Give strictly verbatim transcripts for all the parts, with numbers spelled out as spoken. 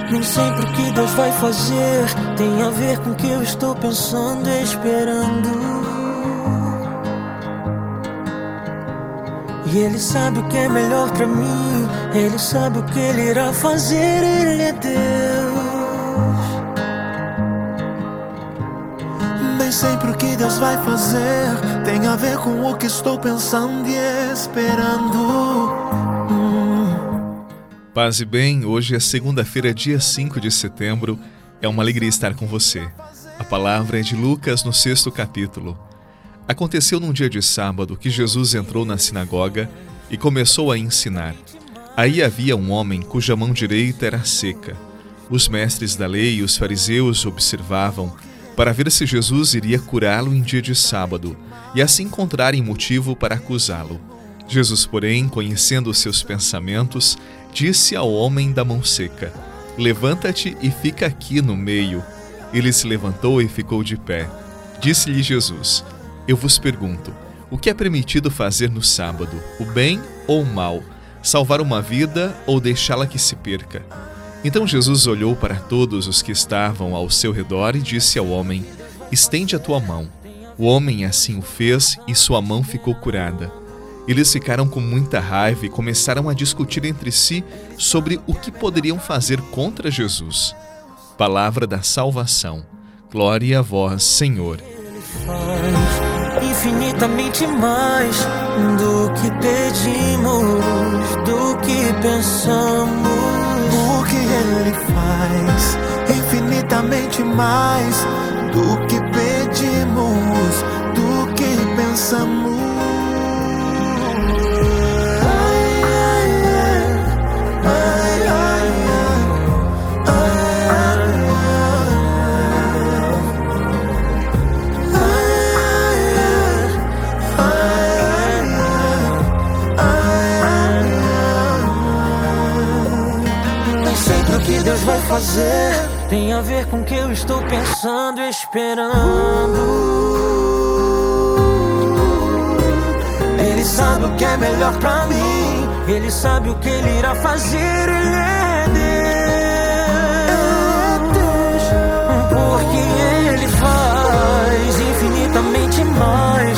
Nem sempre o que Deus vai fazer tem a ver com o que eu estou pensando e esperando. E Ele sabe o que é melhor pra mim, Ele sabe o que Ele irá fazer, Ele é Deus. Nem sempre o que Deus vai fazer tem a ver com o que estou pensando e esperando. hum. Paz e bem, hoje é segunda-feira, dia cinco de setembro. É uma alegria estar com você. A palavra é de Lucas, no sexto capítulo. Aconteceu num dia de sábado que Jesus entrou na sinagoga e começou a ensinar. Aí havia um homem cuja mão direita era seca. Os mestres da lei e os fariseus observavam para ver se Jesus iria curá-lo em dia de sábado e assim encontrarem motivo para acusá-lo. Jesus, porém, conhecendo os seus pensamentos, disse ao homem da mão seca: levanta-te e fica aqui no meio. Ele se levantou e ficou de pé. Disse-lhe Jesus: eu vos pergunto, o que é permitido fazer no sábado, o bem ou o mal, salvar uma vida ou deixá-la que se perca? Então Jesus olhou para todos os que estavam ao seu redor e disse ao homem: estende a tua mão. O homem assim o fez e sua mão ficou curada. Eles ficaram com muita raiva e começaram a discutir entre si sobre o que poderiam fazer contra Jesus. Palavra da salvação. Glória a vós, Senhor. Infinitamente mais do que pedimos, do que pensamos. O que Ele faz, infinitamente mais do que pedimos, do que pensamos. O que Deus vai fazer tem a ver com o que eu estou pensando e esperando. Ele sabe o que é melhor pra mim, Ele sabe o que Ele irá fazer, Ele é Deus. Porque Ele faz infinitamente mais.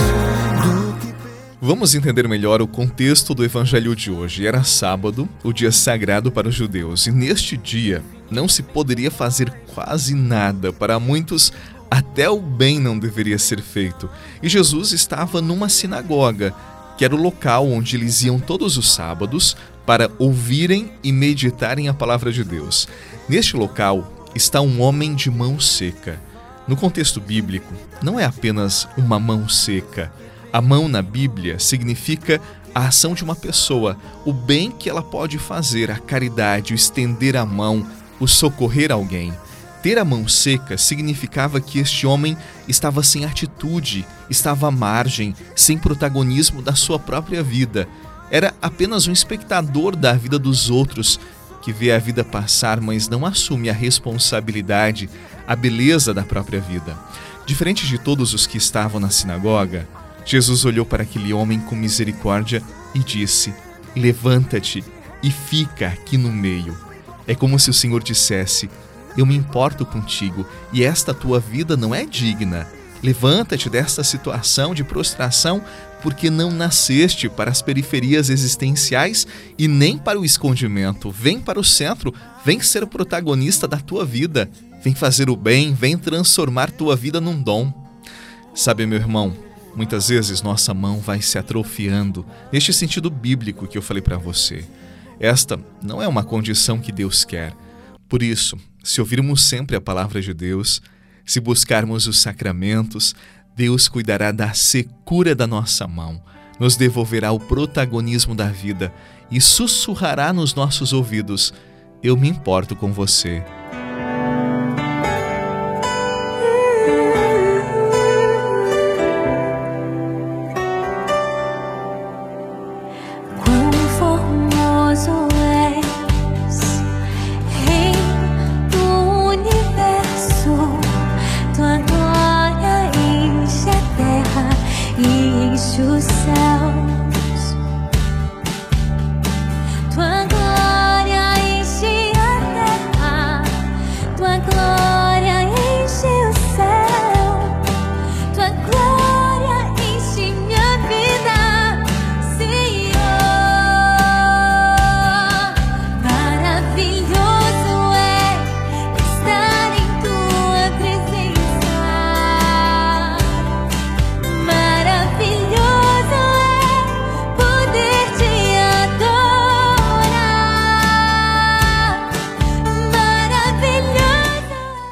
Vamos entender melhor o contexto do evangelho de hoje. Era sábado, o dia sagrado para os judeus, e neste dia não se poderia fazer quase nada. Para muitos, até o bem não deveria ser feito. E Jesus estava numa sinagoga, que era o local onde eles iam todos os sábados para ouvirem e meditarem a palavra de Deus. Neste local está um homem de mão seca. No contexto bíblico, não é apenas uma mão seca. A mão na Bíblia significa a ação de uma pessoa, o bem que ela pode fazer, a caridade, o estender a mão, o socorrer alguém. Ter a mão seca significava que este homem estava sem atitude, estava à margem, sem protagonismo da sua própria vida. Era apenas um espectador da vida dos outros, que vê a vida passar, mas não assume a responsabilidade, a beleza da própria vida. Diferente de todos os que estavam na sinagoga, Jesus olhou para aquele homem com misericórdia e disse: levanta-te e fica aqui no meio. É como se o Senhor dissesse: eu me importo contigo e esta tua vida não é digna. Levanta-te desta situação de prostração, porque não nasceste para as periferias existenciais e nem para o escondimento. Vem para o centro, vem ser o protagonista da tua vida. Vem fazer o bem, vem transformar tua vida num dom. Sabe, meu irmão, muitas vezes nossa mão vai se atrofiando, neste sentido bíblico que eu falei para você. Esta não é uma condição que Deus quer. Por isso, se ouvirmos sempre a palavra de Deus, se buscarmos os sacramentos, Deus cuidará da secura da nossa mão, nos devolverá o protagonismo da vida e sussurrará nos nossos ouvidos: eu me importo com você. Os céus, tua glória enche a terra.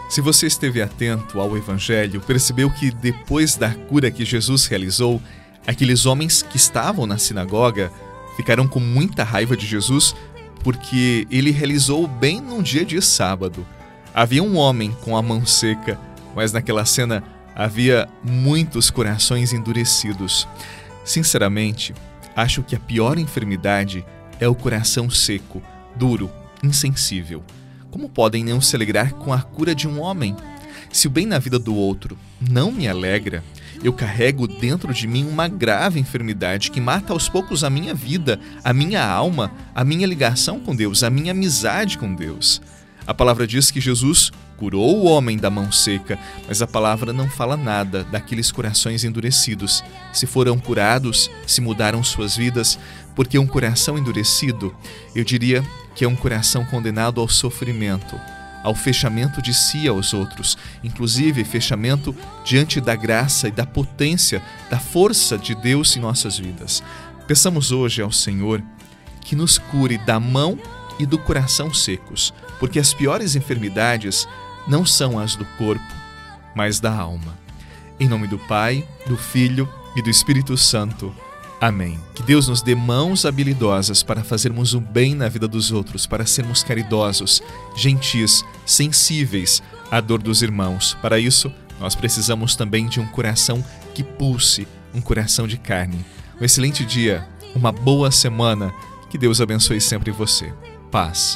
Se você esteve atento ao Evangelho, percebeu que depois da cura que Jesus realizou, aqueles homens que estavam na sinagoga ficaram com muita raiva de Jesus porque ele realizou o bem num dia de sábado. Havia um homem com a mão seca, mas naquela cena havia muitos corações endurecidos. Sinceramente, acho que a pior enfermidade é o coração seco, duro, insensível. Como podem não se alegrar com a cura de um homem? Se o bem na vida do outro não me alegra, eu carrego dentro de mim uma grave enfermidade que mata aos poucos a minha vida, a minha alma, a minha ligação com Deus, a minha amizade com Deus. A palavra diz que Jesus curou o homem da mão seca, mas a palavra não fala nada daqueles corações endurecidos. Se foram curados, se mudaram suas vidas, porque um coração endurecido, eu diria que é um coração condenado ao sofrimento, ao fechamento de si aos outros, inclusive fechamento diante da graça e da potência, da força de Deus em nossas vidas. Peçamos hoje ao Senhor que nos cure da mão e do coração secos, porque as piores enfermidades não são as do corpo, mas da alma. Em nome do Pai, do Filho e do Espírito Santo. Amém. Que Deus nos dê mãos habilidosas para fazermos o bem na vida dos outros, para sermos caridosos, gentis, sensíveis à dor dos irmãos. Para isso, nós precisamos também de um coração que pulse, um coração de carne. Um excelente dia, uma boa semana. Que Deus abençoe sempre você. Paz.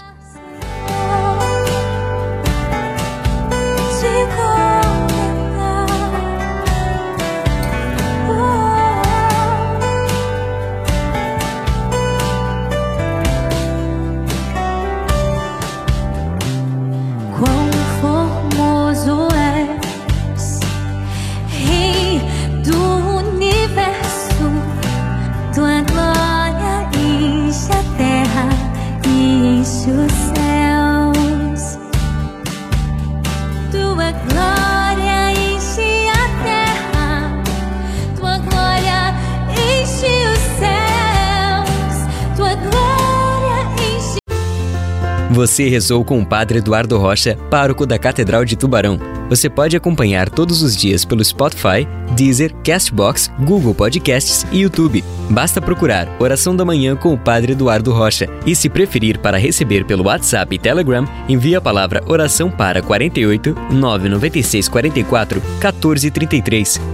Quão formoso és, Rei do universo, tua glória enche a terra e enche os céus. Tua glória enche a terra, tua glória enche os céus, tua glória enche. Você rezou com o Padre Eduardo Rocha, pároco da Catedral de Tubarão. Você pode acompanhar todos os dias pelo Spotify, Deezer, Castbox, Google Podcasts e YouTube. Basta procurar Oração da Manhã com o Padre Eduardo Rocha. E se preferir para receber pelo WhatsApp e Telegram, envie a palavra oração para quarenta e oito, nove nove seis, quarenta e quatro, quatorze, trinta e três.